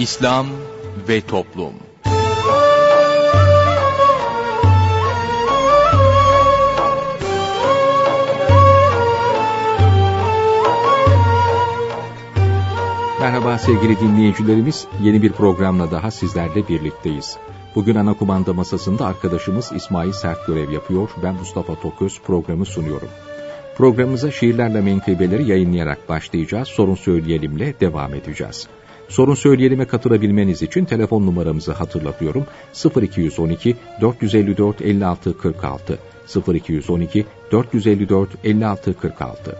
İslam ve Toplum. Merhaba sevgili dinleyicilerimiz, yeni bir programla daha sizlerle birlikteyiz. Bugün ana kumanda masasında arkadaşımız İsmail Sert görev yapıyor, ben Mustafa Toköz programı sunuyorum. Programımıza şiirlerle menkıbeleri yayınlayarak başlayacağız, sorun söyleyelimle devam edeceğiz. Sorun söyleyelim'e katılabilmeniz için telefon numaramızı hatırlatıyorum. 0212 454 56 46 0212 454 56 46.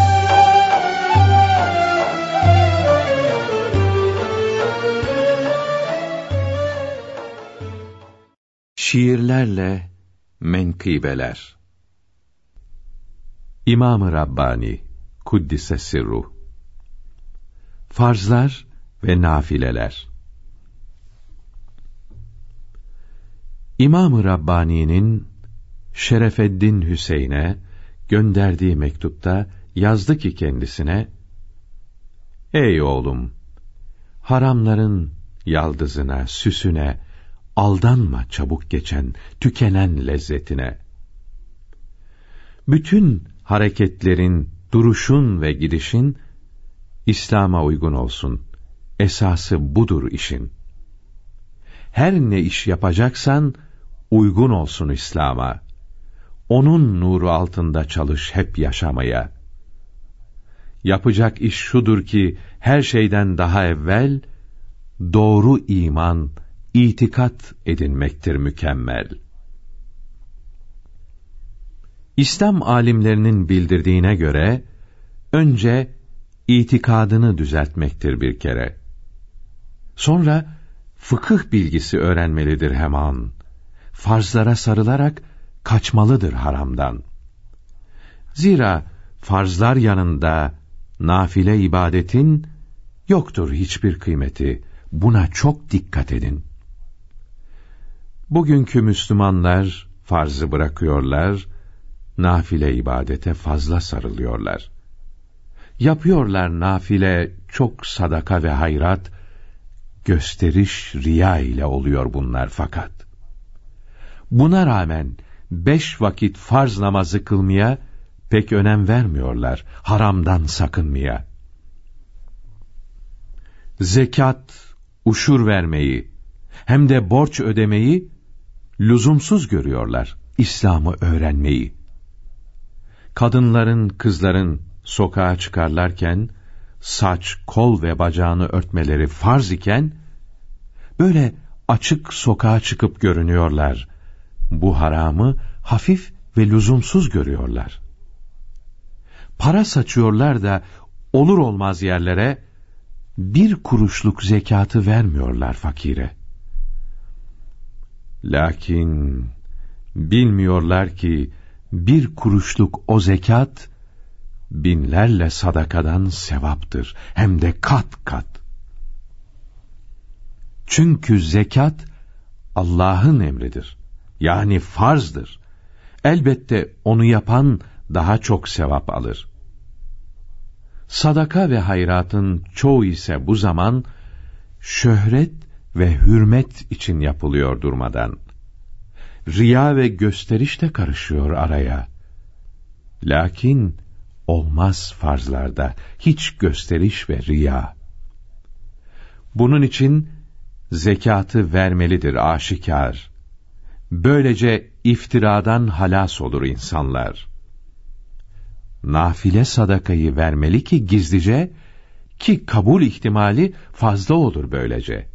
Şiirlerle menkıbeler. İmam-ı Rabbani Kuddise Sirruh. Farzlar ve nafileler. İmam-ı Rabbani'nin Şerefeddin Hüseyin'e gönderdiği mektupta yazdı ki kendisine: "Ey oğlum, haramların yaldızına, süsüne aldanma çabuk geçen, tükenen lezzetine. Bütün hareketlerin, duruşun ve gidişin İslam'a uygun olsun. Esası budur işin. Her ne iş yapacaksan uygun olsun İslam'a. Onun nuru altında çalış hep yaşamaya. Yapacak iş şudur ki her şeyden daha evvel doğru iman, İtikat edinmektir mükemmel." İslam alimlerinin bildirdiğine göre, önce itikadını düzeltmektir bir kere. Sonra fıkıh bilgisi öğrenmelidir hemen. Farzlara sarılarak kaçmalıdır haramdan. Zira farzlar yanında nafile ibadetin yoktur hiçbir kıymeti. Buna çok dikkat edin. Bugünkü Müslümanlar farzı bırakıyorlar, nafile ibadete fazla sarılıyorlar. Yapıyorlar nafile çok sadaka ve hayrat, gösteriş, riya ile oluyor bunlar fakat. Buna rağmen 5 vakit farz namazı kılmaya pek önem vermiyorlar, haramdan sakınmaya. Zekat, uşur vermeyi, hem de borç ödemeyi lüzumsuz görüyorlar, İslam'ı öğrenmeyi. Kadınların, kızların sokağa çıkarlarken saç, kol ve bacağını örtmeleri farz iken böyle açık sokağa çıkıp görünüyorlar. Bu haramı hafif ve lüzumsuz görüyorlar. Para saçıyorlar da olur olmaz yerlere 1 kuruşluk zekatı vermiyorlar fakire. Lakin bilmiyorlar ki 1 kuruşluk o zekat binlerle sadakadan sevaptır, hem de kat kat. Çünkü zekat Allah'ın emridir, yani farzdır. Elbette onu yapan daha çok sevap alır. Sadaka ve hayratın çoğu ise bu zaman şöhret ve hürmet için yapılıyor durmadan. Riya ve gösteriş de karışıyor araya. Lakin olmaz farzlarda hiç gösteriş ve riya. Bunun için zekatı vermelidir aşikar. Böylece iftiradan halas olur insanlar. Nafile sadakayı vermeli ki gizlice, ki kabul ihtimali fazla olur böylece.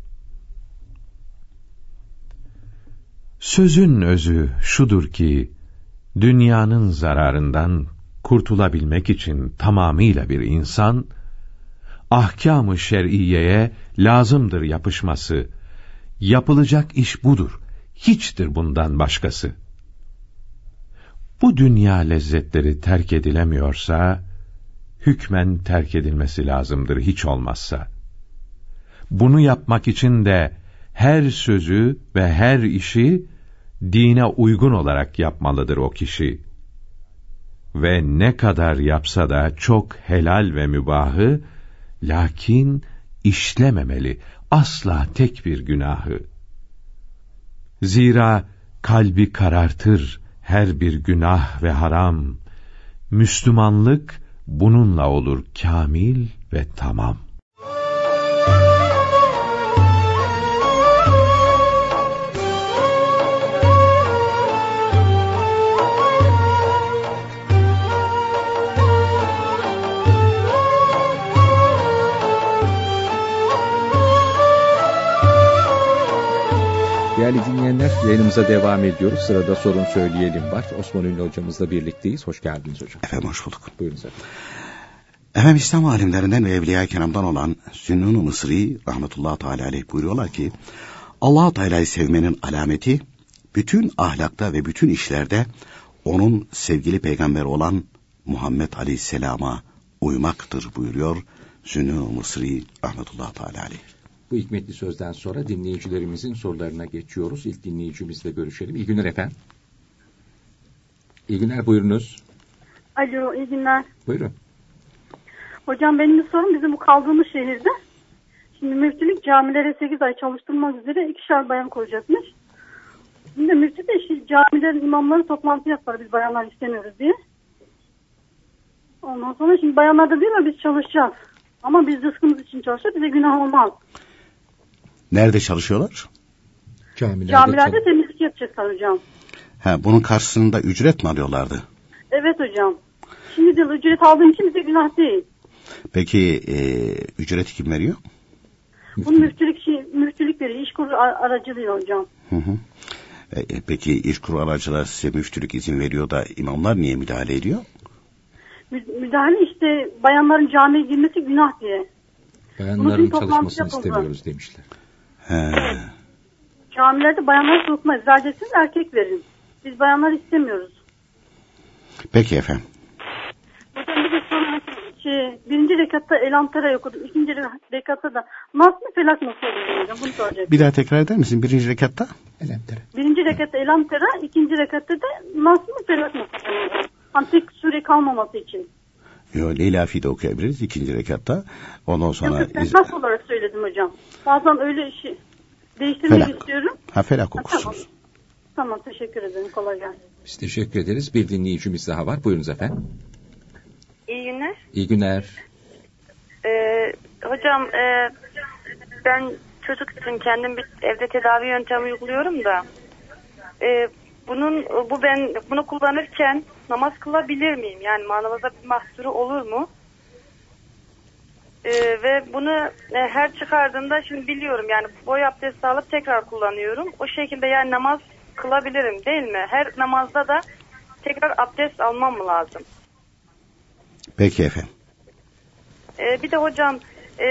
Sözün özü şudur ki, dünyanın zararından kurtulabilmek için tamamıyla bir insan, ahkâm-ı şer'iyeye lazımdır yapışması. Yapılacak iş budur, hiçtir bundan başkası. Bu dünya lezzetleri terk edilemiyorsa, hükmen terk edilmesi lazımdır hiç olmazsa. Bunu yapmak için de her sözü ve her işi dine uygun olarak yapmalıdır o kişi. Ve ne kadar yapsa da çok helal ve mübahı, lakin işlememeli, asla tek bir günahı. Zira kalbi karartır her bir günah ve haram. Müslümanlık bununla olur kamil ve tamam. Değerli dinleyenler, yayınımıza devam ediyoruz. Sırada sorun söyleyelim var. Osman Ünlü hocamızla birlikteyiz. Hoş geldiniz hocam. Efendim hoş bulduk. Buyurunuz efendim. Efendim İslam alimlerinden ve Evliya-i Kiram'dan olan Sünnun-u Mısri rahmetullahi teala aleyh buyuruyorlar ki Allah-u Teala'yı sevmenin alameti bütün ahlakta ve bütün işlerde onun sevgili peygamberi olan Muhammed Aleyhisselam'a uymaktır buyuruyor Sünnun-u Mısri rahmetullahi teala aleyh. Bu hikmetli sözden sonra dinleyicilerimizin sorularına geçiyoruz. İlk dinleyicimizle görüşelim. İyi günler efendim. İyi günler, buyurunuz. Alo, iyi günler. Buyurun. Hocam benim bir sorum, bizim bu kaldığımız şehirde şimdi müftülük camilere 8 ay çalıştırmak üzere 2'şer bayan koyacakmış. Şimdi müftü de camilerin imamları toplantı yapar, biz bayanlar istemiyoruz diye. Ondan sonra şimdi bayanlar da diyorlar biz çalışacağız. Ama biz rızkımız için çalışacağız, bize günah olmaz. Nerede çalışıyorlar? Camilerde temizlik yapacaklar hocam. Bunun karşısında ücret mi alıyorlardı? Evet hocam. Şimdi de ücret aldığım için bize günah değil. Peki ücreti kim veriyor? Bunu müftülük veriyor. İşkur aracılıyor hocam. Peki İşkur aracılar size müftülük izin veriyor da imamlar niye müdahale ediyor? Müdahale işte bayanların camiye girmesi günah diye. Bayanların çalışmasını istemiyoruz demişler. Evet. Camilerde bayanları sokmayız. Sadece siz erkek verin. Biz bayanları istemiyoruz. Peki efendim. Hocam bir de sonra birinci rekatta Elamtara'yı okudum. İkinci rekatta da Nas mı Felak mı okudum hocam? Bunu soracaktım. Bir daha tekrar eder misin? Birinci rekatta? Elamtara. Birinci rekatta Elamtara, ikinci rekatta da Nas mı Felak mı okudum hocam? Hani tek sure kalmaması için. Leyla Fi'de okuyabiliriz ikinci rekatta. Ondan sonra... Nas olarak söyledim hocam. Bazen öyle değiştirmek istiyorum. Felak okursunuz. Tamam, teşekkür ederim. Kolay gelsin. Biz teşekkür ederiz. Bir dinleyicimiz daha var. Buyurunuz efendim. İyi günler. İyi günler. Hocam ben çocuk için kendim bir evde tedavi yöntemi uyguluyorum da ben bunu kullanırken namaz kılabilir miyim? Yani namazda bir mahsuru olur mu? Ve bunu her çıkardığımda şimdi biliyorum yani boy abdesti alıp tekrar kullanıyorum. O şekilde yani namaz kılabilirim değil mi? Her namazda da tekrar abdest almam mı lazım? Peki efendim. Bir de hocam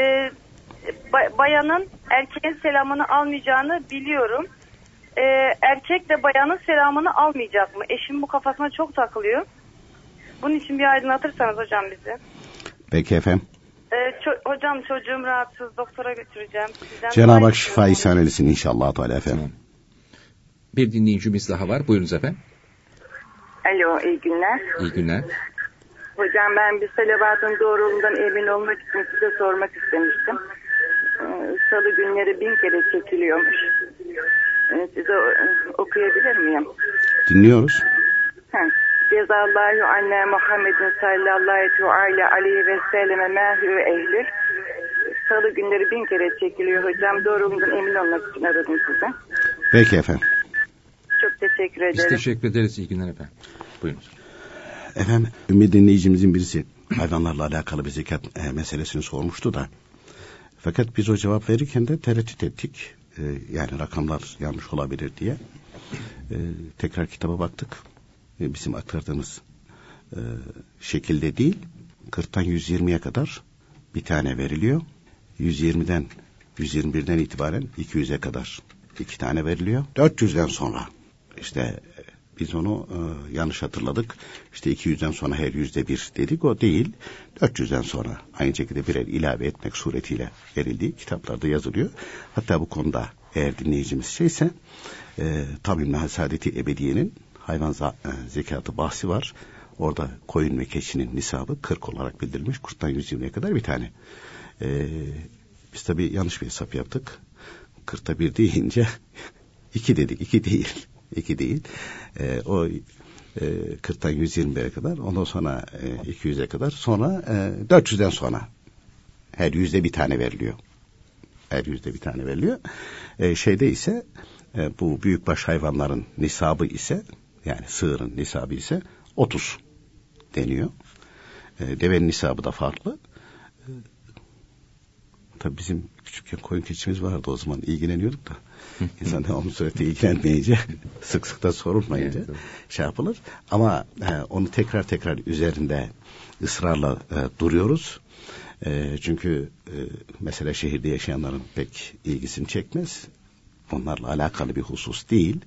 bayanın erkeğin selamını almayacağını biliyorum. Erkek de bayanın selamını almayacak mı? Eşim bu kafasına çok takılıyor. Bunun için bir aydınlatırsanız hocam bizi. Peki efendim. Hocam çocuğum rahatsız, doktora götüreceğim. Cenab-ı Hak şifa ihsan eylesin inşallah Teala efendim. Bir dinleyicimiz daha var. Buyurunuz efendim. Alo, iyi günler. İyi günler. Hocam ben bir salavatın doğruluğundan emin olmak için size sormak istemiştim. Salı günleri 1000 kere çekiliyormuş. Size okuyabilir miyim? Dinliyoruz. Cezallahu anne Muhammedin sallallahu aleyhi ve selleme mehü ehlül. Salı günleri 1000 kere çekiliyor hocam. Doğruluğundan emin olmak için aradım size. Peki efendim. Çok teşekkür ederim. Biz teşekkür ederiz. İyi günler efendim. Buyurunuz. Efendim, ümmi dinleyicimizin birisi hayvanlarla alakalı bir zekat meselesini sormuştu da. Fakat biz o cevap verirken de tereddüt ettik. Yani rakamlar yanlış olabilir diye. Tekrar kitaba baktık. Bizim aktardığımız şekilde değil. 40'tan 120'ye kadar bir tane veriliyor. 121'den itibaren 200'e kadar 2 tane veriliyor. 400'den sonra işte biz onu yanlış hatırladık. İşte 200'den sonra her %1 dedik. O değil. 400'den sonra aynı şekilde birer ilave etmek suretiyle verildiği kitaplarda yazılıyor. Hatta bu konuda eğer dinleyicimiz şeyse Tamim-i Saadeti Ebediye'nin hayvan zekatı bahsi var. Orada koyun ve keçinin nisabı 40 olarak bildirilmiş. 40'tan 120'ye kadar bir tane. Biz tabii yanlış bir hesap yaptık. 40'ta 1 deyince 2 dedik. 2 değil. 2 değil. O 40'tan 120'ye kadar, ondan sonra 200'e kadar, sonra 400'den sonra her yüzde bir tane veriliyor. Her yüzde bir tane veriliyor. Şeyde ise bu büyükbaş hayvanların nisabı ise, yani sığırın nisabı ise 30 deniyor. Devenin nisabı da farklı. Tabii bizim küçükken koyun keçimiz vardı, o zaman ilgileniyorduk da. İnsan devamlı sürekli ilgilenmeyince, sık sık da sorulmayınca şey yapılır. Ama onu tekrar üzerinde ısrarla duruyoruz. Çünkü mesela şehirde yaşayanların pek ilgisini çekmez. Onlarla alakalı bir husus değil.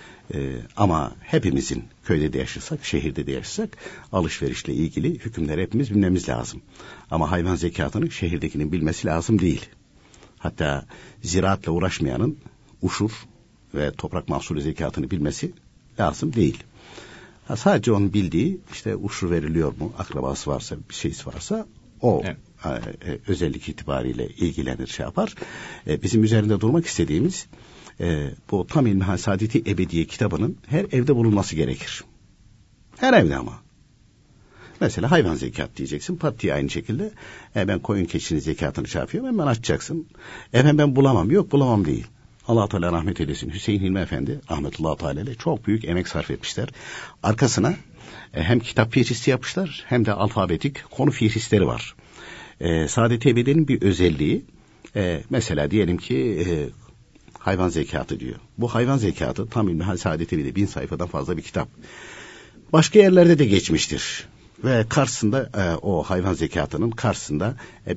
Ama hepimizin köyde de yaşasak, şehirde de yaşasak alışverişle ilgili hükümleri hepimiz bilmemiz lazım. Ama hayvan zekatını şehirdekinin bilmesi lazım değil. Hatta ziraatla uğraşmayanın uşur ve toprak mahsulü zekatını bilmesi lazım değil. Sadece onun bildiği, işte uşur veriliyor mu, akrabası varsa, bir şeysi varsa o özellik itibariyle ilgilenir, şey yapar. Bizim üzerinde durmak istediğimiz bu Tam İlmi Hasadeti Ebediye kitabının her evde bulunması gerekir. Her evde ama. Mesela hayvan zekat diyeceksin. Pat diye aynı şekilde ben koyun keçinin zekatını şey yapıyorum. Hemen açacaksın. Efendim ben bulamam. Yok, bulamam değil. Allah Teala rahmet eylesin. Hüseyin Hilmi Efendi rahmetullahi teala ile çok büyük emek sarf etmişler. Arkasına hem kitap fihrisi yapmışlar, hem de alfabetik konu fihristleri var. Saadet-i Ebediye'nin bir özelliği, mesela diyelim ki hayvan zekatı diyor. Bu hayvan zekatı Tam İlmi Saadet-i Ebediye 1000 sayfadan fazla bir kitap. Başka yerlerde de geçmiştir. Ve karşısında o hayvan zekatının karşısında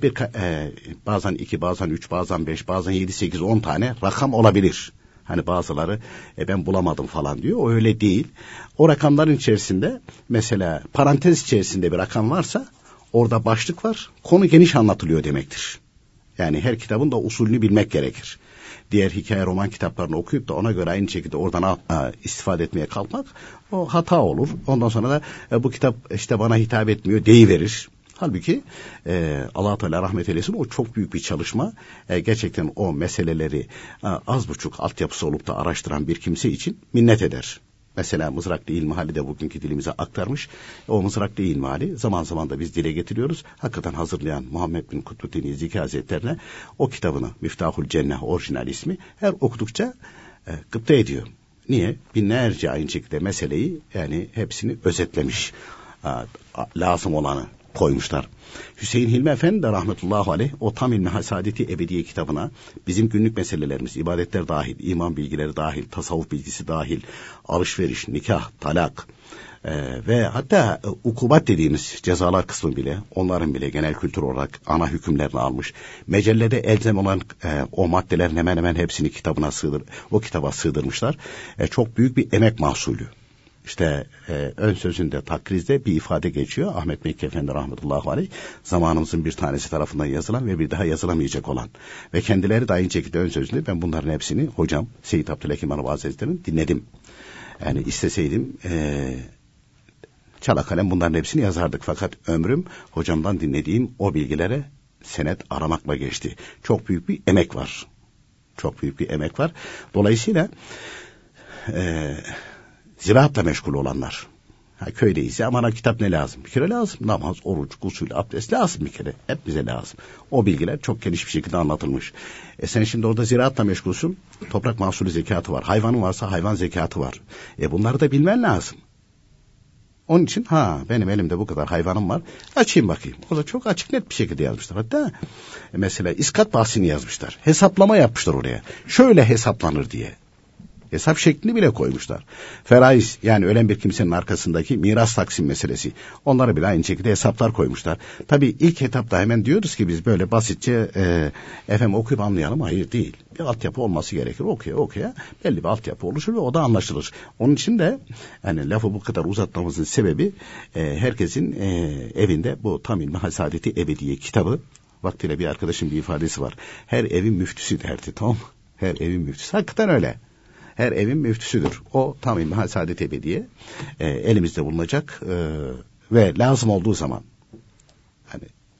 bazen 2, bazen 3, bazen 5, bazen 7, 8, 10 tane rakam olabilir. Hani bazıları ben bulamadım falan diyor. O öyle değil. O rakamların içerisinde mesela parantez içerisinde bir rakam varsa orada başlık var. Konu geniş anlatılıyor demektir. Yani her kitabın da usulünü bilmek gerekir. Diğer hikaye roman kitaplarını okuyup da ona göre aynı şekilde oradan istifade etmeye kalkmak o hata olur. Ondan sonra da bu kitap işte bana hitap etmiyor deyiverir. Halbuki Allah Teala rahmet eylesin, o çok büyük bir çalışma. Gerçekten o meseleleri az buçuk altyapısı olup da araştıran bir kimse için minnet eder. Mesela Mızraklı İlmihali de bugünkü dilimize aktarmış. O Mızraklı İlmihali zaman zaman da biz dile getiriyoruz. Hakikaten hazırlayan Muhammed bin Kutbuddin Yeziki Hazretlerine o kitabını, Miftahul Cenneh orijinal ismi, her okudukça gıpta ediyor. Niye? Binlerce aynı şekilde meseleyi, yani hepsini özetlemiş. Lazım olanı koymuşlar. Hüseyin Hilmi Efendi de rahmetullahi aleyh o Tam İlmi Hasadeti Ebediye kitabına bizim günlük meselelerimiz, ibadetler dahil, iman bilgileri dahil, tasavvuf bilgisi dahil, alışveriş, nikah, talak ve hatta ukubat dediğimiz cezalar kısmı bile, onların bile genel kültür olarak ana hükümlerini almış. Mecellede elzem olan o maddelerin hemen hemen hepsini o kitaba sığdırmışlar. Çok büyük bir emek mahsulü. İşte ön sözünde, takrizde bir ifade geçiyor. Ahmet Mekke Efendi rahmetullahi aleyh, zamanımızın bir tanesi tarafından yazılan ve bir daha yazılamayacak olan. Ve kendileri de aynı şekilde ön sözünde, ben bunların hepsini hocam Seyyid Abdülhakim Hanım Hazretleri'nin dinledim. Yani isteseydim çala kalem bunların hepsini yazardık. Fakat ömrüm hocamdan dinlediğim o bilgilere senet aramakla geçti. Çok büyük bir emek var. Çok büyük bir emek var. Dolayısıyla ziraatla meşgul olanlar. Köydeyiz ya, bana kitap ne lazım? Bir kere lazım. Namaz, oruç, gusül, abdest lazım bir kere. Hep bize lazım. O bilgiler çok geniş bir şekilde anlatılmış. Sen şimdi orada ziraatla meşgulsün. Toprak mahsulü zekatı var. Hayvanın varsa hayvan zekatı var. Bunları da bilmen lazım. Onun için benim elimde bu kadar hayvanım var. Açayım bakayım. O da çok açık net bir şekilde yazmışlar. Hatta mesela iskat bahsini yazmışlar. Hesaplama yapmışlar oraya. Şöyle hesaplanır diye. Hesap şeklini bile koymuşlar. Feraiz, yani ölen bir kimsenin arkasındaki miras taksim meselesi. Onları bile aynı şekilde hesaplar koymuşlar. Tabii ilk etapta hemen diyoruz ki biz böyle basitçe okuyup anlayalım. Hayır, değil. Bir altyapı olması gerekir. Okuya belli bir altyapı oluşur ve o da anlaşılır. Onun için de yani lafı bu kadar uzatmamızın sebebi herkesin evinde bu Tam İlmi Hasadeti Ebediye kitabı, vaktiyle bir arkadaşın bir ifadesi var. Her evin müftüsü derdi, tamam mı? Her evin müftüsü. Hakikaten öyle. Her evin müftüsüdür. O Tam İlmi Saadet Ebediye elimizde bulunacak ve lazım olduğu zaman, hani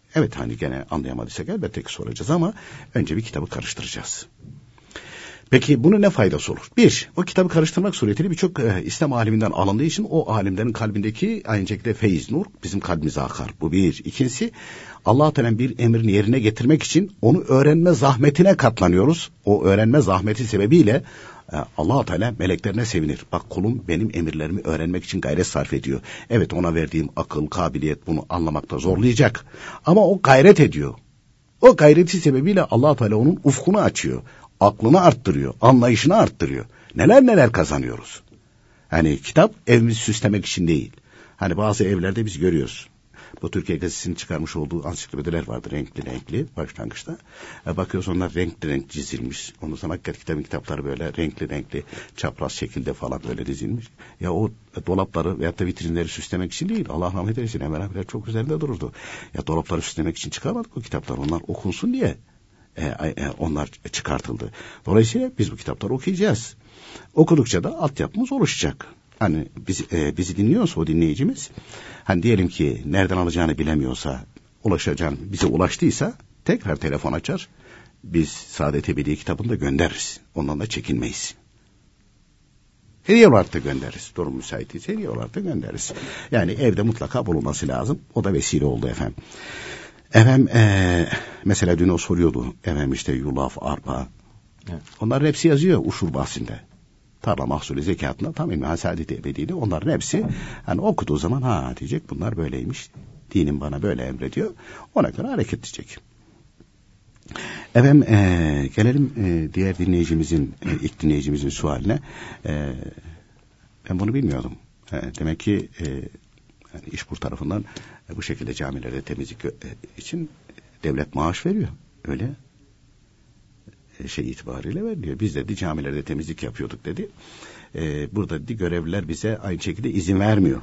Evet, hani gene anlayamadıysak elbette ki soracağız ama önce bir kitabı karıştıracağız. Peki bunun ne faydası olur? Bir, o kitabı karıştırmak suretiyle birçok İslam aliminden alındığı için o alimlerin kalbindeki aynı şekilde feyiz, nur bizim kalbimize akar. Bu bir. İkincisi, Allah-u Teala'nın bir emrini yerine getirmek için onu öğrenme zahmetine katlanıyoruz. O öğrenme zahmeti sebebiyle Allah-u Teala meleklerine sevinir. Bak, kulum benim emirlerimi öğrenmek için gayret sarf ediyor. Evet, ona verdiğim akıl, kabiliyet bunu anlamakta zorlayacak. Ama o gayret ediyor. O gayreti sebebiyle Allah-u Teala onun ufkunu açıyor. Aklını arttırıyor, anlayışını arttırıyor. Neler neler kazanıyoruz. Hani kitap evimizi süslemek için değil. Hani bazı evlerde biz görüyoruz. Bu Türkiye Gazetesi'nin çıkarmış olduğu ansiklopediler vardı, renkli renkli başlangıçta. Bakıyoruz onlar renkli renk çizilmiş. Ondan sonra hakikaten kitaplar böyle renkli renkli çapraz şekilde falan böyle dizilmiş. Ya o dolapları veyahut da vitrinleri süslemek için değil. Allah rahmet eylesin, Emel abiler çok üzerinde dururdu. Ya dolapları süslemek için çıkarmadık o kitaplar. Onlar okunsun diye. Onlar çıkartıldı. Dolayısıyla biz bu kitapları okuyacağız. Okudukça da altyapımız oluşacak. Hani bizi dinliyorsa o dinleyicimiz, hani diyelim ki nereden alacağını bilemiyorsa, bize ulaştıysa tekrar telefon açar. Biz Saadet Ebedi kitabını da göndeririz. Ondan da çekinmeyiz. Hediye olarak da göndeririz. Durum müsaitse hediye olarak da göndeririz. Yani evde mutlaka bulunması lazım. O da vesile oldu efendim. Efendim mesela dün o soruyordu. Efendim işte yulaf, arpa. Evet. Onların hepsi yazıyor Uşur bahsinde. Tarla mahsulü zekatında tam İlmihal Saadet Ebedi'de onların hepsi hani okuduğu zaman diyecek bunlar böyleymiş. Dinim bana böyle emrediyor. Ona göre hareket edecek. Efendim gelelim diğer dinleyicimizin, ilk dinleyicimizin sualine. Ben bunu bilmiyordum. Demek ki yani İşkur tarafından bu şekilde camilerde temizlik için devlet maaş veriyor. Öyle itibariyle veriliyor. Biz dedi camilerde temizlik yapıyorduk dedi. Burada dedi görevliler bize aynı şekilde izin vermiyor.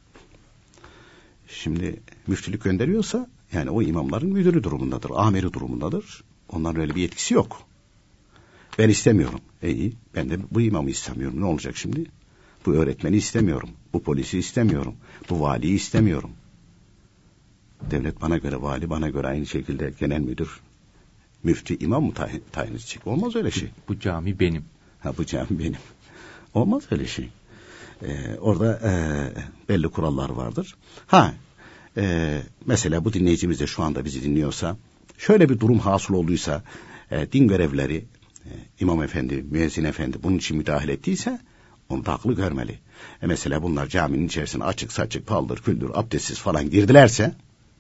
Şimdi müftülük gönderiyorsa yani o imamların müdürü durumundadır, amiri durumundadır. Onların öyle bir yetkisi yok. Ben istemiyorum. İyi, ben de bu imamı istemiyorum. Ne olacak şimdi? Bu öğretmeni istemiyorum. Bu polisi istemiyorum. Bu valiyi istemiyorum. Devlet bana göre, vali bana göre aynı şekilde genel müdür, müftü, imam mı tayin edecek? Olmaz öyle şey. Bu cami benim. Bu cami benim. Olmaz öyle şey. Orada belli kurallar vardır. Mesela bu dinleyicimiz de şu anda bizi dinliyorsa, şöyle bir durum hasıl olduysa, din görevlileri, imam efendi, müezzin efendi bunun için müdahale ettiyse, onu da haklı görmeli. Mesela bunlar caminin içerisine açık saçık, paldır küldür, abdestsiz falan girdilerse,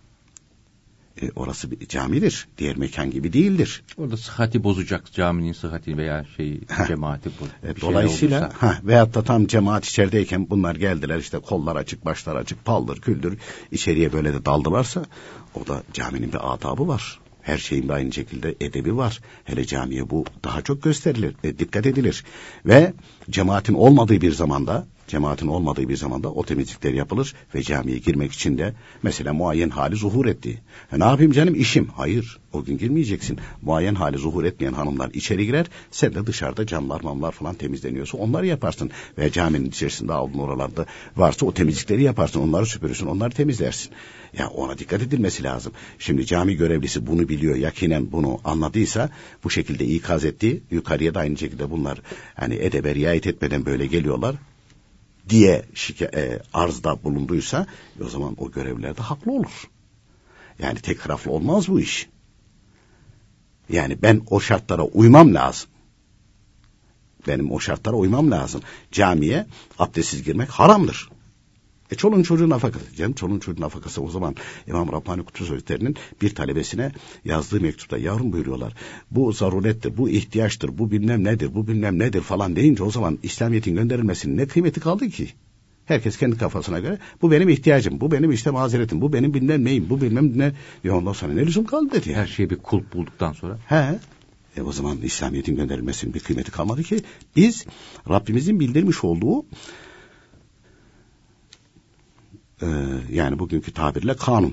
orası bir camidir. Diğer mekan gibi değildir. Orada sıhhati bozacak, caminin sıhhati veya cemaati bozacak. Dolayısıyla veyahut da tam cemaat içerideyken bunlar geldiler işte kollar açık, başlar açık, paldır küldür içeriye böyle de daldılarsa o da caminin bir adabı var. Her şeyin de aynı şekilde edebi var. Hele camiye bu daha çok gösterilir, dikkat edilir. Ve cemaatin olmadığı bir zamanda o temizlikler yapılır ve camiye girmek için de mesela muayyen hali zuhur etti. Ne yapayım canım, işim? Hayır, o gün girmeyeceksin. Muayyen hali zuhur etmeyen hanımlar içeri girer, sen de dışarıda camlar mamlar falan temizleniyorsa onları yaparsın. Ve caminin içerisinde aldığın oralarda varsa o temizlikleri yaparsın, onları süpürürsün, onları temizlersin. Ya ona dikkat edilmesi lazım. Şimdi cami görevlisi bunu biliyor, yakinen bunu anladıysa bu şekilde ikaz etti. Yukarıya da aynı şekilde bunlar hani edebe riayet etmeden böyle geliyorlar diye arzda bulunduysa o zaman o görevliler de haklı olur. Yani tek taraflı olmaz bu iş. Yani ben o şartlara uymam lazım. Benim o şartlara uymam lazım. Camiye abdestsiz girmek haramdır. Çoluğun çocuğun nafakası. Canım çoluğun çocuğun nafakası o zaman İmam Rabbani Kutlu Hazretleri'nin bir talebesine yazdığı mektupta yavrum buyuruyorlar. Bu zarurettir, bu ihtiyaçtır, bu bilmem nedir falan deyince o zaman İslamiyet'in gönderilmesinin ne kıymeti kaldı ki? Herkes kendi kafasına göre bu benim ihtiyacım, bu benim işte mazeretim, bu benim bilmem neyim, bu bilmem ne. Ya ondan sonra ne lüzum kaldı dedi. Her şeye bir kulp bulduktan sonra. O zaman İslamiyet'in gönderilmesinin bir kıymeti kalmadı ki. Biz Rabbimizin bildirmiş olduğu yani bugünkü tabirle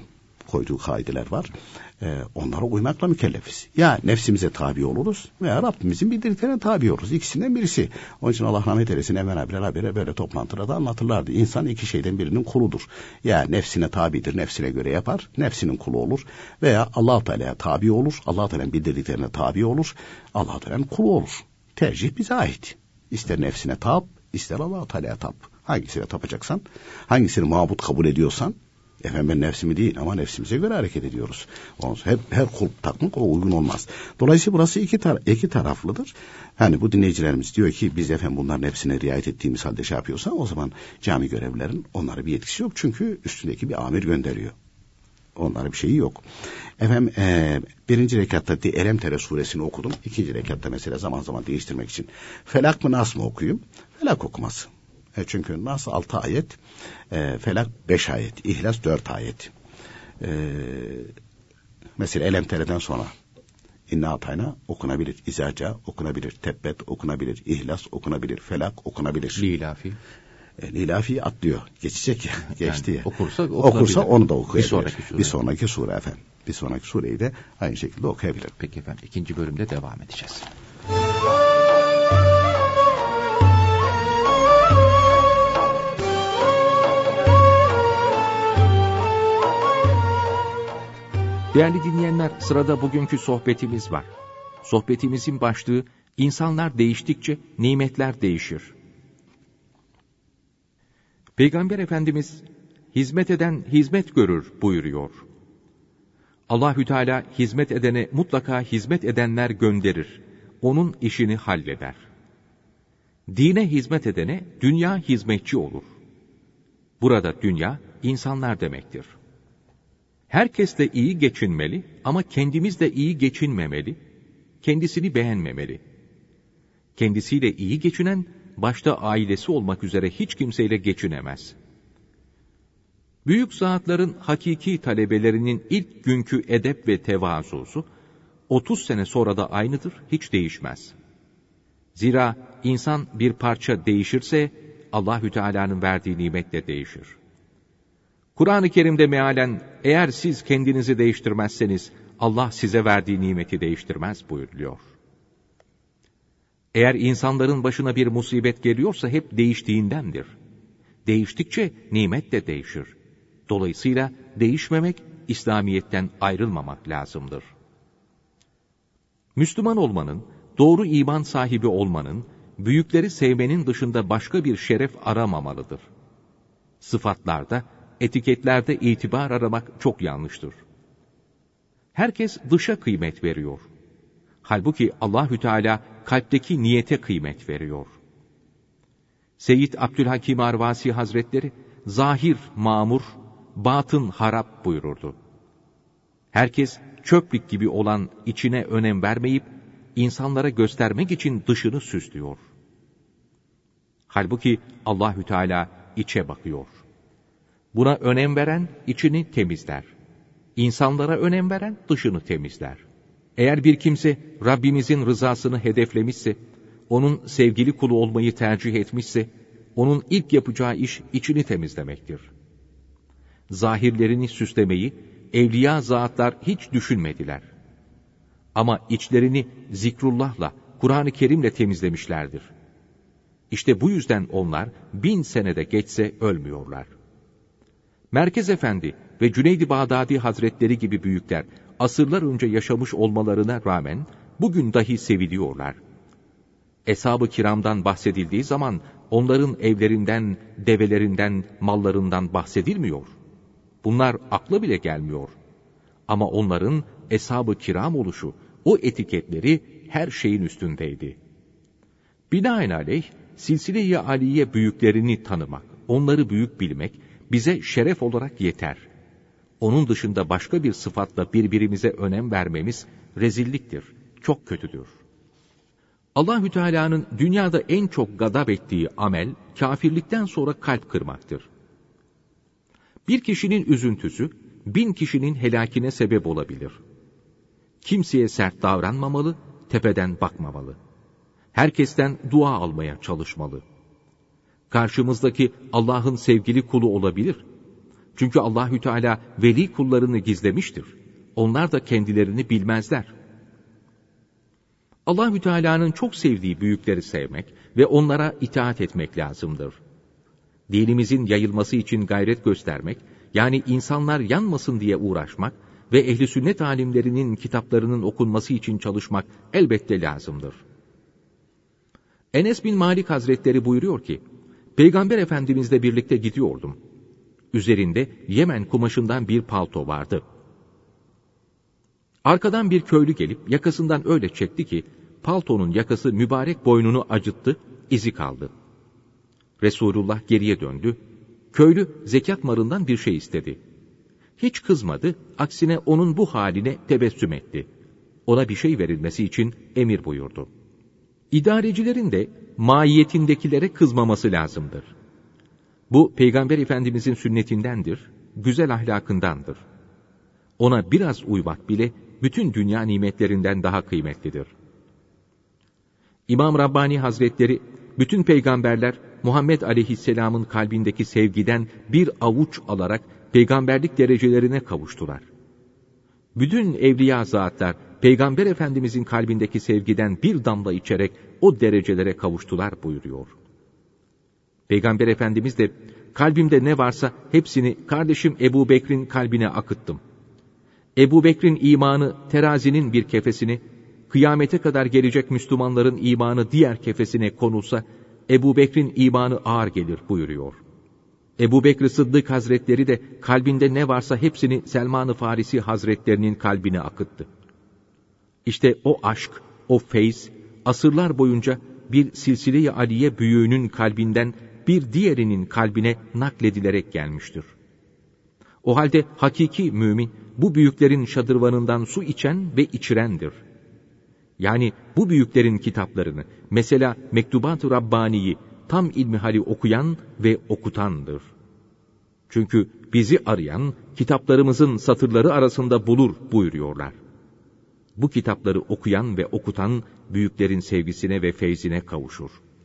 koyduğu kaideler var. Onlara uymakla mükellefiz. Ya nefsimize tabi oluruz veya Rabbimizin bildirdiklerine tabi oluruz. İkisinden birisi. Onun için Allah rahmet eylesin, Emre abiler böyle toplantılarda anlatırlardı. İnsan iki şeyden birinin kuludur. Ya nefsine tabidir, nefsine göre yapar, nefsinin kulu olur. Veya Allah-u Teala'ya tabi olur, Allah-u Teala'nın bildirdiklerine tabi olur, Allah-u Teala'nın kulu olur. Tercih bize ait. İster nefsine tap, ister Allah-u Teala'ya tap. Hangisine tapacaksan, hangisini mabut kabul ediyorsan, ben nefsimi değil ama nefsimize göre hareket ediyoruz. Her kul takmak o uygun olmaz. Dolayısıyla burası iki taraflıdır. Hani bu dinleyicilerimiz diyor ki biz bunların hepsine riayet ettiğimiz halde şey yapıyorsa, o zaman cami görevlilerin onlara bir yetkisi yok. Çünkü üstündeki bir amir gönderiyor. Onlara bir şeyi yok. Birinci rekatta Elemtere suresini okudum. İkinci rekatta mesela zaman zaman değiştirmek için Felak mı Nas mı okuyayım? Felak okuması. Çünkü Nas 6 ayet, Felak 5 ayet, İhlas 4 ayet. Mesela Elemtere'den sonra İnna Atayna okunabilir, İzaca okunabilir, Tebbet okunabilir, İhlas okunabilir, Felak okunabilir. Lilafi. Lilafi atlıyor. Geçecek ya. Geçti ya. Okursa onu da okuyabilir. Bir sonraki sure efendim. Bir sonraki sureyi de aynı şekilde okuyabilir. Peki efendim. İkinci bölümde devam edeceğiz. Değerli dinleyenler, sırada bugünkü sohbetimiz var. Sohbetimizin başlığı, insanlar değiştikçe nimetler değişir. Peygamber Efendimiz, hizmet eden hizmet görür buyuruyor. Allahü Teala hizmet edene mutlaka hizmet edenler gönderir. Onun işini halleder. Dine hizmet edene dünya hizmetçi olur. Burada dünya, insanlar demektir. Herkes de iyi geçinmeli ama kendimiz de iyi geçinmemeli, kendisini beğenmemeli. Kendisiyle iyi geçinen, başta ailesi olmak üzere hiç kimseyle geçinemez. Büyük zatların hakiki talebelerinin ilk günkü edep ve tevazusu, 30 sene sonra da aynıdır, hiç değişmez. Zira insan bir parça değişirse, Allahü Teala'nın verdiği nimetle değişir. Kur'an-ı Kerim'de mealen, eğer siz kendinizi değiştirmezseniz, Allah size verdiği nimeti değiştirmez buyuruluyor. Eğer insanların başına bir musibet geliyorsa hep değiştiğindendir. Değiştikçe nimet de değişir. Dolayısıyla değişmemek, İslamiyet'ten ayrılmamak lazımdır. Müslüman olmanın, doğru iman sahibi olmanın, büyükleri sevmenin dışında başka bir şeref aramamalıdır. Sıfatlarda, etiketlerde itibar aramak çok yanlıştır. Herkes dışa kıymet veriyor. Halbuki Allahü Teala kalpteki niyete kıymet veriyor. Seyyid Abdülhakim Arvasi Hazretleri, zahir mamur, batın harap buyururdu. Herkes çöplük gibi olan içine önem vermeyip, insanlara göstermek için dışını süslüyor. Halbuki Allahü Teala içe bakıyor. Buna önem veren içini temizler. İnsanlara önem veren dışını temizler. Eğer bir kimse Rabbimizin rızasını hedeflemişse, onun sevgili kulu olmayı tercih etmişse, onun ilk yapacağı iş içini temizlemektir. Zahirlerini süslemeyi evliya zatlar hiç düşünmediler. Ama içlerini zikrullahla, Kur'an-ı Kerim'le temizlemişlerdir. İşte bu yüzden onlar 1000 senede geçse ölmüyorlar. Merkez Efendi ve Cüneyd-i Bağdadi Hazretleri gibi büyükler asırlar önce yaşamış olmalarına rağmen bugün dahi seviliyorlar. Eshab-ı kiramdan bahsedildiği zaman onların evlerinden, develerinden, mallarından bahsedilmiyor. Bunlar akla bile gelmiyor. Ama onların eshab-ı kiram oluşu, o etiketleri her şeyin üstündeydi. Binaenaleyh, silsile-i aliye büyüklerini tanımak, onları büyük bilmek bize şeref olarak yeter. Onun dışında başka bir sıfatla birbirimize önem vermemiz rezilliktir, çok kötüdür. Allahü Teala'nın dünyada en çok gadap ettiği amel, kafirlikten sonra kalp kırmaktır. Bir kişinin üzüntüsü, 1000 kişinin helakine sebep olabilir. Kimseye sert davranmamalı, tepeden bakmamalı. Herkesten dua almaya çalışmalı. Karşımızdaki Allah'ın sevgili kulu olabilir. Çünkü Allahü Teala veli kullarını gizlemiştir. Onlar da kendilerini bilmezler. Allahü Teala'nın çok sevdiği büyükleri sevmek ve onlara itaat etmek lazımdır. Dinimizin yayılması için gayret göstermek, yani insanlar yanmasın diye uğraşmak ve ehl-i sünnet alimlerinin kitaplarının okunması için çalışmak elbette lazımdır. Enes bin Malik Hazretleri buyuruyor ki, Peygamber Efendimizle birlikte gidiyordum. Üzerinde Yemen kumaşından bir palto vardı. Arkadan bir köylü gelip yakasından öyle çekti ki, paltonun yakası mübarek boynunu acıttı, izi kaldı. Resulullah geriye döndü. Köylü zekat malından bir şey istedi. Hiç kızmadı, aksine onun bu haline tebessüm etti. Ona bir şey verilmesi için emir buyurdu. İdarecilerin de maiyetindekilere kızmaması lazımdır. Bu Peygamber Efendimizin sünnetindendir, güzel ahlakındandır. Ona biraz uymak bile bütün dünya nimetlerinden daha kıymetlidir. İmam Rabbani Hazretleri, bütün peygamberler Muhammed Aleyhisselam'ın kalbindeki sevgiden bir avuç alarak peygamberlik derecelerine kavuştular. Bütün evliya zatlar Peygamber Efendimizin kalbindeki sevgiden bir damla içerek o derecelere kavuştular buyuruyor. Peygamber Efendimiz de kalbimde ne varsa hepsini kardeşim Ebu Bekir'in kalbine akıttım. Ebu Bekir'in imanı terazinin bir kefesini, kıyamete kadar gelecek Müslümanların imanı diğer kefesine konulsa, Ebu Bekir'in imanı ağır gelir buyuruyor. Ebu Bekir Sıddık Hazretleri de kalbinde ne varsa hepsini Selman-ı Farisi Hazretlerinin kalbine akıttı. İşte o aşk, o feyz, asırlar boyunca bir silsile-i aliye büyüğünün kalbinden bir diğerinin kalbine nakledilerek gelmiştir. O halde hakiki mümin, bu büyüklerin şadırvanından su içen ve içirendir. Yani bu büyüklerin kitaplarını, mesela Mektubat-ı Rabbani'yi tam ilmihali okuyan ve okutandır. Çünkü bizi arayan, kitaplarımızın satırları arasında bulur buyuruyorlar. Bu kitapları okuyan ve okutan, büyüklerin sevgisine ve feyzine kavuşur.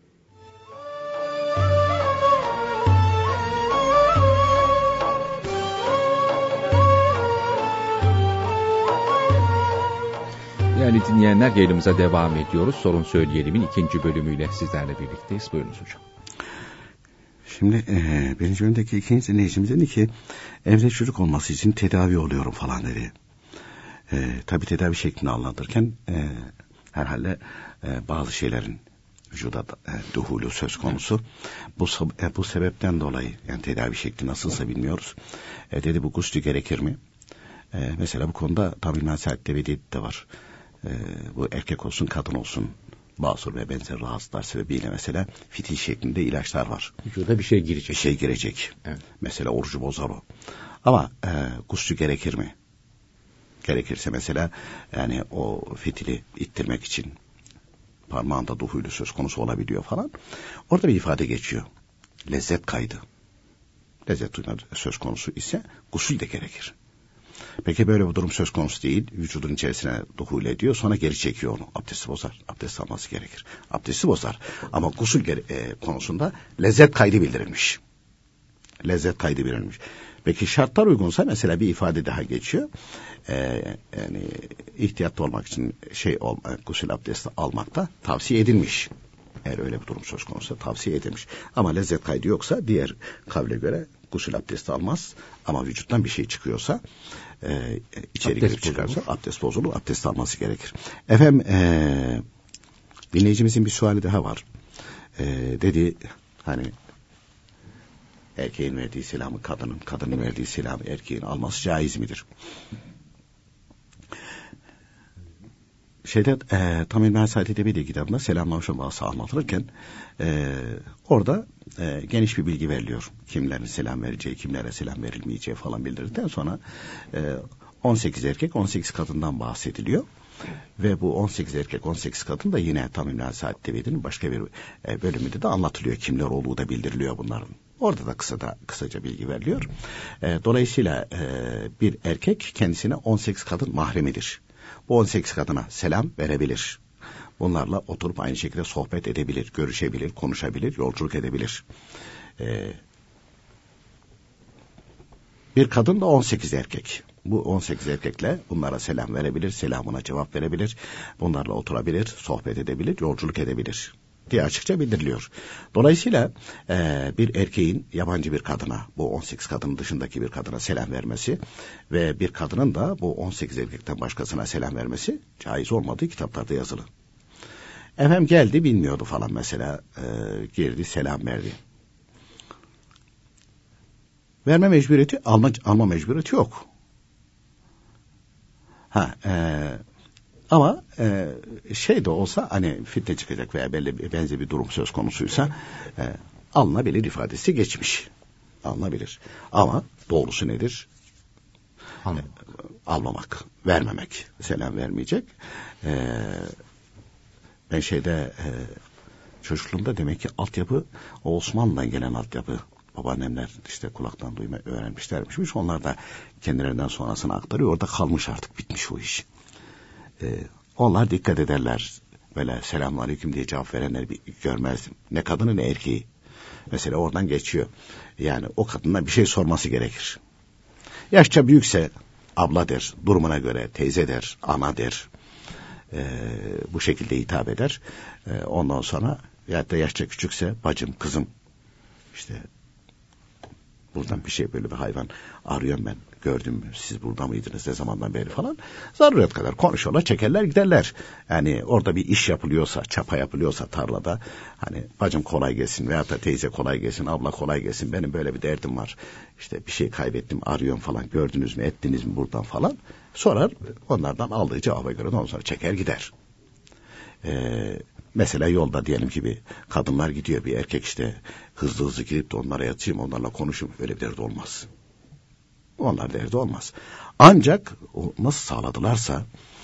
Değerli dinleyenler, yayınımıza devam ediyoruz. Sorun Söyleyelim'in 2. bölümüyle sizlerle birlikteyiz. Buyurunuz hocam. Şimdi birinci bölümdeki ikinci dinleyicimiz dedi ki, evde çocuk olması için tedavi oluyorum falan dedi. Tabii tedavi şeklini anlatırken herhalde bazı şeylerin vücuda duhulu söz konusu. Bu sebepten dolayı, yani tedavi şekli nasılsa bilmiyoruz. Dedi bu gusül gerekir mi? Mesela bu konuda tabii nasihatte ve de var. Bu erkek olsun kadın olsun, basur ve benzer rahatsızlıklar sebebiyle mesela fitil şeklinde ilaçlar var. Vücuda bir şey girecek. Bir şey girecek. Evet. Mesela orucu bozar o. Ama gusül gerekir mi? Gerekirse mesela yani o fitili ittirmek için parmağında duhulü söz konusu olabiliyor falan. Orada bir ifade geçiyor. Lezzet kaydı. Lezzet duyma söz konusu ise gusül de gerekir. Peki böyle bir durum söz konusu değil. Vücudun içerisine duhul ediyor, sonra geri çekiyor onu. Abdesti bozar. Abdest alması gerekir. Abdesti bozar. Ama gusül konusunda lezzet kaydı bildirilmiş. Lezzet kaydı bildirilmiş. Peki şartlar uygunsa mesela bir ifade daha geçiyor. Yani ihtiyatlı olmak için gusül abdesti almakta tavsiye edilmiş. Eğer öyle bir durum söz konusu tavsiye edilmiş. Ama lezzet kaydı yoksa diğer kavle göre gusül abdesti almaz. Ama vücuttan bir şey çıkıyorsa içeri girip çıkarsa abdest bozulur. Abdest alması gerekir. Efendim dinleyicimizin bir suali daha var. Dedi hani erkeğin verdiği selamı kadının verdiği selamı erkeğin alması caiz midir? Tam İlmihal Said Edebi kitabında selamlaşma bahsi anlatılırken orada geniş bir bilgi veriliyor. Kimlerin selam vereceği, kimlere selam verilmeyeceği falan bildirdikten sonra 18 erkek 18 kadından bahsediliyor. Ve bu 18 erkek 18 kadın da yine tam İlmihal Said Edebi'nin başka bir bölümünde de anlatılıyor. Kimler olduğu da bildiriliyor bunların. Orada da kısaca bilgi veriliyor. Dolayısıyla bir erkek kendisine 18 kadın mahremidir. Bu 18 kadına selam verebilir. Bunlarla oturup aynı şekilde sohbet edebilir, görüşebilir, konuşabilir, yolculuk edebilir. Bir kadın da 18 erkek. Bu 18 erkekle bunlara selam verebilir, selamına cevap verebilir, bunlarla oturabilir, sohbet edebilir, yolculuk edebilir diye açıkça bildiriliyor. Dolayısıyla bir erkeğin yabancı bir kadına, bu 18 kadının dışındaki bir kadına selam vermesi ve bir kadının da bu 18 erkekten başkasına selam vermesi caiz olmadığı kitaplarda yazılı. Efendim geldi, bilmiyordu falan mesela, girdi, selam verdi. Verme mecburiyeti, alma mecburiyeti yok. Ama şey de olsa, hani fitne çıkacak veya benzer bir durum söz konusuysa alınabilir ifadesi geçmiş. Alınabilir. Ama doğrusu nedir? Almamak, vermemek. Selam vermeyecek. Ben çocukluğumda demek ki altyapı, o Osmanlı'dan gelen altyapı. Babaannemler işte kulaktan duyma öğrenmişlermiş. Onlar da kendilerinden sonrasını aktarıyor. Orada kalmış, artık bitmiş o iş. Onlar dikkat ederler. Böyle selamünaleyküm diye cevap verenleri görmezdim. Ne kadını ne erkeği. Mesela oradan geçiyor. Yani o kadına bir şey sorması gerekir. Yaşça büyükse abla der, durumuna göre teyze der, ana der. Bu şekilde hitap eder. Ondan sonra ya da yaşça küçükse bacım, kızım, işte buradan bir şey, böyle bir hayvan arıyorum ben, gördüm mü, siz burada mıydınız, ne zamandan beri falan, zaruret kadar konuşuyorlar, çekerler giderler. Yani orada bir iş yapılıyorsa, çapa yapılıyorsa tarlada, hani bacım kolay gelsin veya da teyze kolay gelsin, abla kolay gelsin, benim böyle bir derdim var, işte bir şey kaybettim, arıyorum falan, gördünüz mü, ettiniz mi buradan falan sorar. Onlardan aldığı cevaba göre ondan sonra çeker gider. Mesela yolda diyelim ki bir kadınlar gidiyor, bir erkek işte hızlı hızlı gidip de onlara yatayım, onlarla konuşayım, öyle bir derdi olmaz. Onlar derdi olmaz. Ancak o nasıl sağladılarsa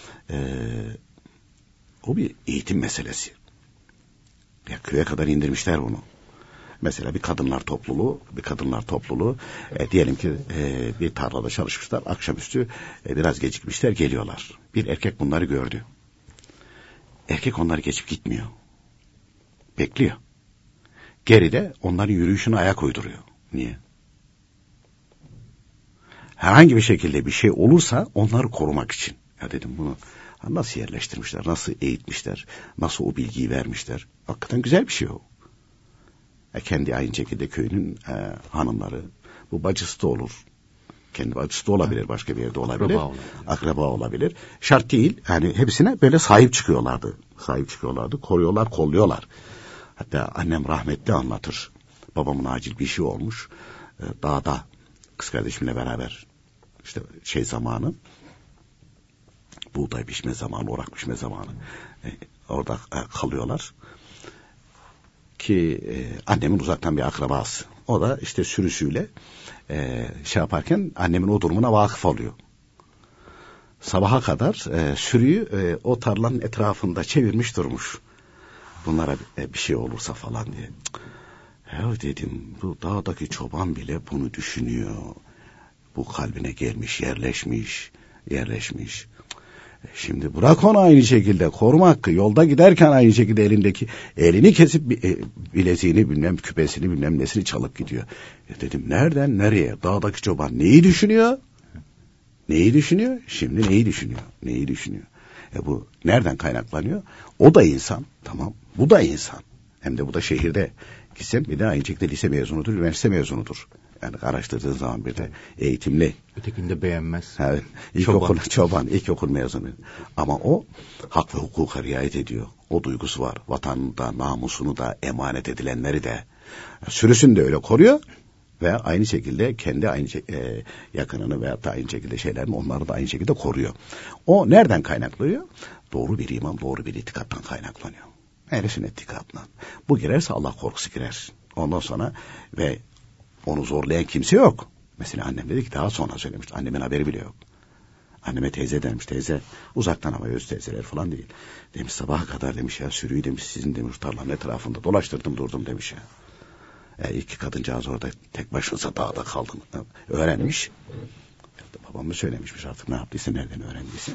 o bir eğitim meselesi. Ya köye kadar indirmişler bunu. Mesela bir kadınlar topluluğu diyelim ki bir tarlada çalışmışlar, akşamüstü biraz gecikmişler, geliyorlar. Bir erkek bunları gördü. Erkek onları geçip gitmiyor. Bekliyor. Geride onların yürüyüşüne ayak uyduruyor. Niye? Herhangi bir şekilde bir şey olursa onları korumak için. Ya dedim, bunu nasıl yerleştirmişler, nasıl eğitmişler, nasıl o bilgiyi vermişler. Hakikaten güzel bir şey o. Kendi aynı şekilde köyünün hanımları, bu bacısı da olur. Kendi bacısı da olabilir, başka bir yerde olabilir. Akraba olabilir. Şart değil. Yani hepsine böyle sahip çıkıyorlardı. Koruyorlar, kolluyorlar. Hatta annem rahmetli anlatır. Babamın acil bir şey olmuş. Dağda kız kardeşimle beraber işte zamanı, buğday pişme zamanı, orak pişme zamanı. Orada kalıyorlar. Ki annemin uzaktan bir akrabası. O da işte sürüsüyle yaparken annemin o durumuna vakıf oluyor. Sabaha kadar sürüyü o tarlanın etrafında çevirmiş durmuş. Bunlara bir şey olursa falan diye. Ya dedim, bu dağdaki çoban bile bunu düşünüyor. Bu kalbine gelmiş, yerleşmiş. Şimdi bırak onu aynı şekilde koruma hakkı. Yolda giderken aynı şekilde elini kesip bileziğini bilmem, küpesini bilmem nesini çalıp gidiyor. Dedim, nereden nereye? Dağdaki çoban neyi düşünüyor? Şimdi neyi düşünüyor? Bu nereden kaynaklanıyor? O da insan, tamam. Bu da insan. Hem de bu da şehirde. Gitsem bir de aynı şekilde lise mezunudur, üniversite mezunudur. Yani araştırdığın zaman bir de eğitimli. Ötekinde beğenmez. Evet. Çoban, ilkokul mezunu. Ama o hak ve hukuka riayet ediyor. O duygusu var. Vatanını da, namusunu da, emanet edilenleri de. Sürüsünü de öyle koruyor. Ve aynı şekilde kendi yakınını veyahut da aynı şekilde şeylerini, onları da aynı şekilde koruyor. O nereden kaynaklanıyor? Doğru bir iman, doğru bir itikattan kaynaklanıyor. Ehl-i sünnet itikadından. Bu girerse Allah korkusu girer. Ondan sonra ve onu zorlayan kimse yok. Mesela annem dedi ki, daha sonra söylemişti. Annemin haberi bile yok. Anneme teyze demiş, teyze uzaktan ama öz teyzeler falan değil. Demiş sabaha kadar demiş ya, sürüyü demiş sizin demiş tarlanın etrafında dolaştırdım durdum demiş ya. İki kadıncağız orada tek başınıza dağda kaldım. Öğrenmiş. Babam mı söylemişmiş artık, ne yaptıysa, nereden öğrendiyse.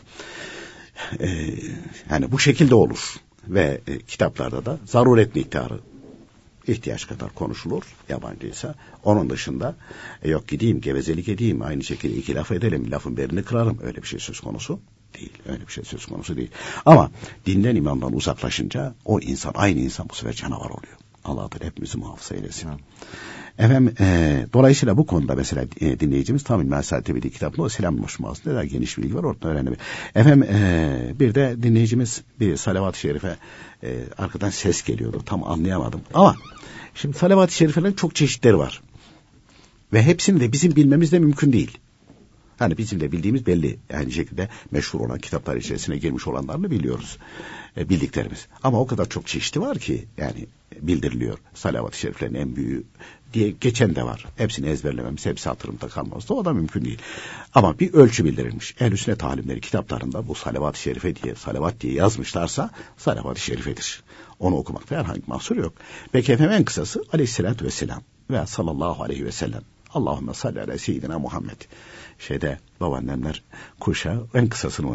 Yani bu şekilde olur. Ve kitaplarda da zaruret miktarı ihtiyaç kadar konuşulur yabancıysa. Onun dışında yok gideyim gevezelik edeyim aynı şekilde iki laf edelim lafın berini kırarım öyle bir şey söz konusu değil. Öyle bir şey söz konusu değil. Ama dinden imandan uzaklaşınca o insan aynı insan bu sefer canavar oluyor. Allah da hepimizi muhafaza eylesin. Efendim dolayısıyla bu konuda mesela dinleyicimiz tam İlmihal Tevhidi kitabında o selam başlamasında daha geniş bilgi var orada öğrenebilir. Efendim bir de dinleyicimiz bir salavat-ı şerife arkadan ses geliyordu tam anlayamadım ama şimdi salavat-ı şerifelerin çok çeşitleri var ve hepsini de bizim bilmemiz de mümkün değil. Hani bizim de bildiğimiz belli aynı şekilde meşhur olan kitaplar içerisine girmiş olanlarını biliyoruz bildiklerimiz ama o kadar çok çeşitli var ki yani bildiriliyor salavat-ı şeriflerin en büyüğü diye geçen de var. Hepsini ezberlememiz, hepsi hatırımda kalmaz da o da mümkün değil. Ama bir ölçü bildirilmiş. Ehl-i Sünnet alimleri kitaplarında bu salavat-ı şerife diye, salavat diye yazmışlarsa salavat-ı şerifedir. Onu okumakta herhangi bir mahsur yok. Peki efendim en kısası aleyhissalatü vesselam ve sallallahu aleyhi ve sellem. Allahümme salli ala seyyidina Muhammed. Babaannemler kuşağı en kısasını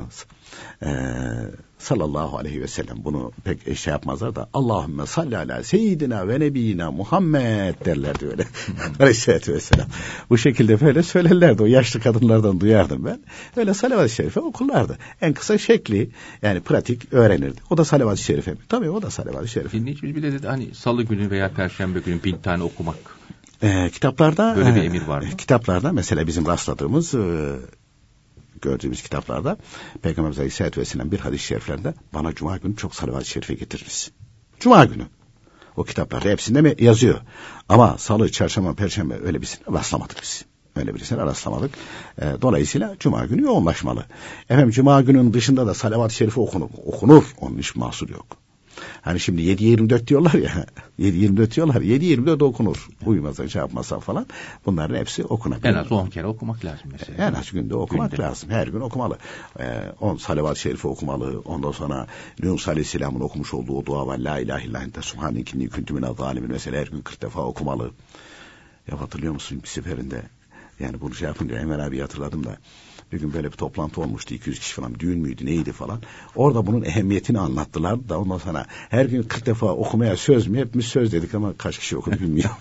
sallallahu aleyhi ve sellem bunu pek şey yapmazlar da Allahümme salli ala seyyidina ve nebiyina Muhammed derlerdi öyle. Aleyhisselatü vesselam. Bu şekilde böyle söylerlerdi. O yaşlı kadınlardan duyardım ben. Öyle salavat-ı şerife okurlardı. En kısa şekli yani pratik öğrenirdi. O da salavat-ı şerife mi? Tabii o da salavat-ı şerife. Dinleyicimiz bir de dedi hani salı günü veya perşembe günü 1000 tane okumak. Kitaplarda böyle bir emir var mı? Kitaplarda mesela bizim rastladığımız gördüğümüz kitaplarda Peygamberimiz Aleyhisselatü Vesselam bir hadis-i şeriflerinde bana cuma günü çok salavat-ı şerife getiririz. Cuma günü. O kitaplarda hepsinde mi yazıyor? Ama salı, çarşamba, perşembe öyle birisine rastlamadık biz. Öyle birisine rastlamadık. Dolayısıyla cuma günü yoğunlaşmalı. Efendim cuma günün dışında da salavat-ı şerife okunur. Onun hiç mahsur yok. Hani şimdi 7-24 diyorlar ya. 7-24 diyorlar. 7-24 okunur. Uyumasa şey yapmasa falan. Bunların hepsi okunabilir. En az 10 kere okumak lazım mesela. En az günde okumak lazım. Her gün okumalı. 10 salavat-ı şerife okumalı. Ondan sonra Yunus Aleyhisselam'ın okumuş olduğu dua var. La ilahe illa ente subhanekinni kuntu minez zalimin. Mesela her gün 40 defa okumalı. Ya hatırlıyor musun bir seferinde? Yani bunu şey yapınca Emel abi hatırladım da. Bir gün böyle bir toplantı olmuştu. 200 kişi falan. Düğün müydü neydi falan. Orada bunun ehemmiyetini anlattılar da ondan sonra her gün 40 defa okumaya söz mü? Hepimiz söz dedik ama kaç kişi okudu bilmiyorum.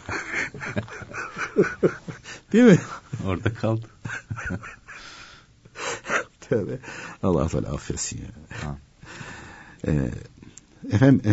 Değil mi? Orada kaldı. Tövbe. Allah Teala affetsin ya. Efendim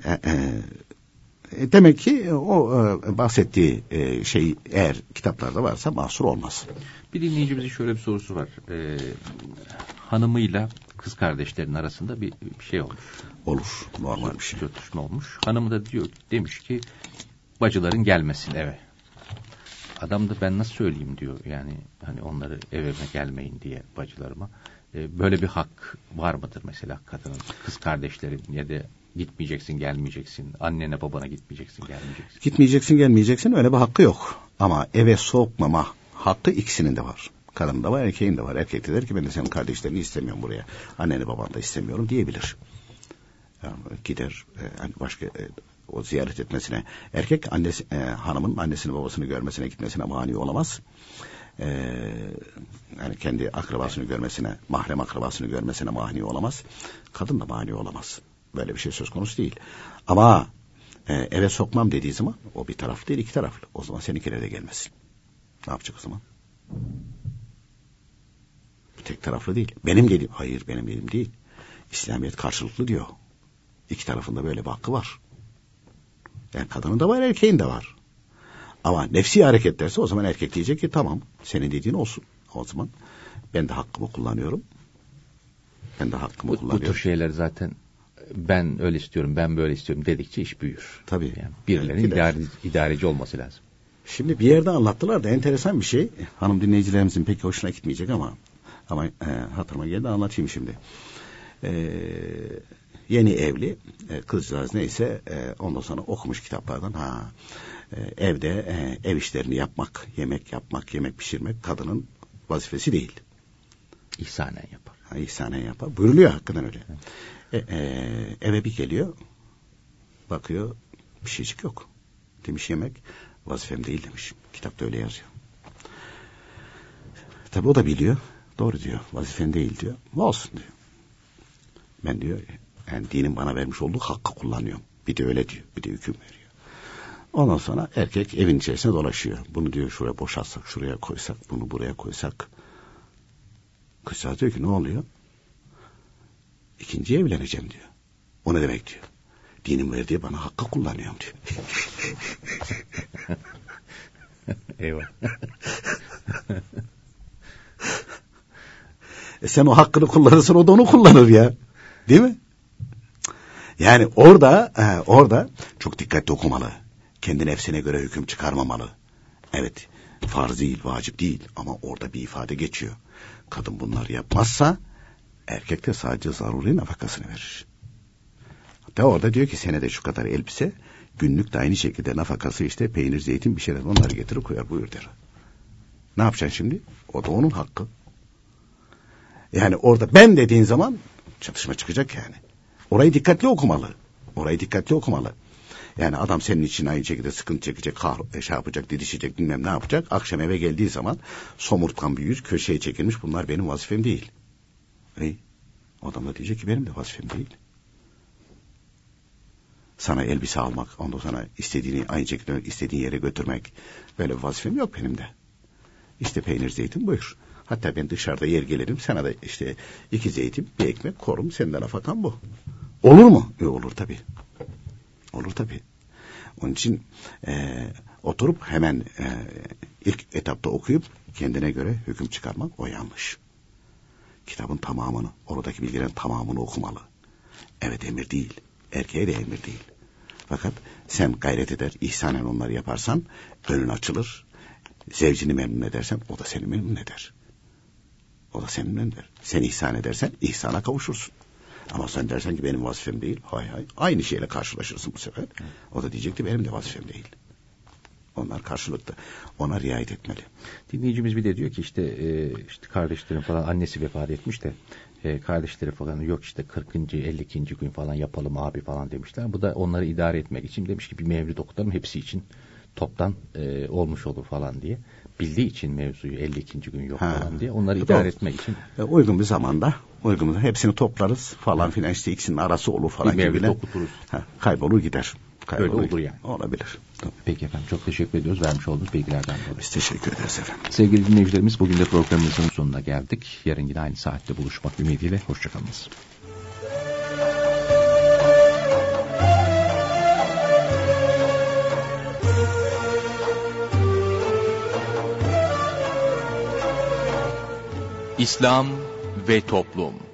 demek ki o bahsettiği şey eğer kitaplarda varsa mahsur olmaz. Bir dinleyicimizin şöyle bir sorusu var. Hanımıyla kız kardeşlerin arasında bir şey olmuş. Olur. Normal bir şey. Çatışma olmuş. Hanımı da demiş ki bacıların gelmesin eve. Adam da ben nasıl söyleyeyim diyor. Yani hani onları evime gelmeyin diye bacılarıma. Böyle bir hak var mıdır mesela kadının, kız kardeşlerin ya da gitmeyeceksin, gelmeyeceksin. Annene babana gitmeyeceksin, gelmeyeceksin. Gitmeyeceksin, gelmeyeceksin öyle bir hakkı yok. Ama eve sokmama hakkı ikisinin de var. Kadının da var, erkeğin de var. Erkek de der ki ben de senin kardeşlerini istemiyorum buraya. Anneni babanı da istemiyorum diyebilir. Yani gider hani başka o ziyaret etmesine erkek hanımın annesini babasını görmesine gitmesine mani olamaz. Yani kendi akrabasını görmesine, mahrem akrabasını görmesine mani olamaz. Kadın da mani olamaz. Böyle bir şey söz konusu değil. Ama eve sokmam dediği zaman o bir taraflı değil, iki taraflı. O zaman seninkiler de gelmesin. Ne yapacak o zaman? Tek taraflı değil. Benim dediğim, hayır benim dediğim değil. İslamiyet karşılıklı diyor. İki tarafında böyle bir hakkı var. Yani kadının da var, erkeğin de var. Ama nefsi hareket derse o zaman erkek diyecek ki tamam senin dediğin olsun. O zaman ben de hakkımı kullanıyorum. Bu tür şeyler zaten ben öyle istiyorum, ben böyle istiyorum dedikçe iş büyür. Tabii. Yani birilerinin idareci olması lazım. Şimdi bir yerde anlattılar da enteresan bir şey. Hanım dinleyicilerimizin pek hoşuna gitmeyecek ama hatırıma geldi anlatayım şimdi. Yeni evli kızcağız neyse ondan sonra okumuş kitaplardan evde ev işlerini yapmak, yemek pişirmek kadının vazifesi değil. İhsanen yapar. İhsanen yapar. Buyuruluyor hakikaten öyle. Eve bir geliyor bakıyor bir şeycik yok. Demiş yemek vazifem değil demiş. Kitapta öyle yazıyor. Tabi o da biliyor. Doğru diyor. Vazifen değil diyor. Olsun diyor. Ben diyor yani dinin bana vermiş olduğu hakkı kullanıyorum. Bir de öyle diyor. Bir de hüküm veriyor. Ondan sonra erkek evin içerisinde dolaşıyor. Bunu diyor şuraya boşaltsak, şuraya koysak, bunu buraya koysak. Kızcağız diyor ki ne oluyor? İkinciye evleneceğim diyor. O ne demek diyor. Dinim verdiği bana hakkı kullanıyorum diyor. Eyvah. Sen o hakkını kullanırsın, o da onu kullanır ya. Değil mi? Yani orada çok dikkatli okumalı. Kendi nefsine göre hüküm çıkarmamalı. Evet, farz değil, vacip değil ama orada bir ifade geçiyor. Kadın bunları yapmazsa erkek de sadece zaruri nafakasını verir. Hatta orada diyor ki senede şu kadar elbise, günlük de aynı şekilde nafakası işte peynir, zeytin bir şeyler onları getirip koyar, buyur der. Ne yapacaksın şimdi? O da onun hakkı. Yani orada ben dediğin zaman çatışma çıkacak yani. Orayı dikkatli okumalı. Yani adam senin için aynı şekilde sıkıntı çekecek, şey yapacak, didişecek, bilmem ne yapacak. Akşam eve geldiği zaman somurtkan bir yüz, köşeye çekilmiş, bunlar benim vazifem değil. Adam da diyecek ki benim de vazifem değil. Sana elbise almak, ondan sonra istediğini aynı şekilde istediğin yere götürmek, böyle bir vazifem yok benim de. İşte peynir, zeytin buyur. Hatta ben dışarıda yer gelirim, sana da işte 2 zeytin, bir ekmek korum, senden nafakan bu. Olur mu? Olur tabii. Olur tabii. Onun için oturup hemen ilk etapta okuyup kendine göre hüküm çıkarmak o yanlış. Kitabın tamamını, oradaki bilgilerin tamamını okumalı. Evet, emir değil. Erkeğe de emir değil. Fakat sen gayret eder, ihsanen onları yaparsan önün açılır. Zevcini memnun edersen o da seni memnun eder. Sen ihsan edersen ihsana kavuşursun. Ama sen dersen ki benim vazifem değil. Hay aynı şeyle karşılaşırsın bu sefer. O da diyecekti benim de vazifem değil. Onlar karşılıklı. Ona riayet etmeli. Dinleyicimiz bir de diyor ki işte kardeşlerim falan, annesi vefat etmiş de kardeşleri falan yok işte 40. 52. gün falan yapalım abi falan demişler. Bu da onları idare etmek için demiş ki bir mevlid okutalım hepsi için toptan olmuş olur falan diye. Bildiği için mevzuyu 52. gün yok falan diye onları idare etmek için. Uygun bir zamanda hepsini toplarız falan filan, işte ikisinin arası olur falan bir gibi. Okuturuz. Kaybolur gider. Öyle olur yani. Olabilir. Tabii. Peki efendim, çok teşekkür ediyoruz vermiş olduğunuz bilgilerden dolayı. Biz teşekkür ederiz efendim. Sevgili dinleyicilerimiz, bugün de programımızın sonuna geldik. Yarın yine aynı saatte buluşmak ümidiyle. Hoşçakalınız. İslam ve Toplum.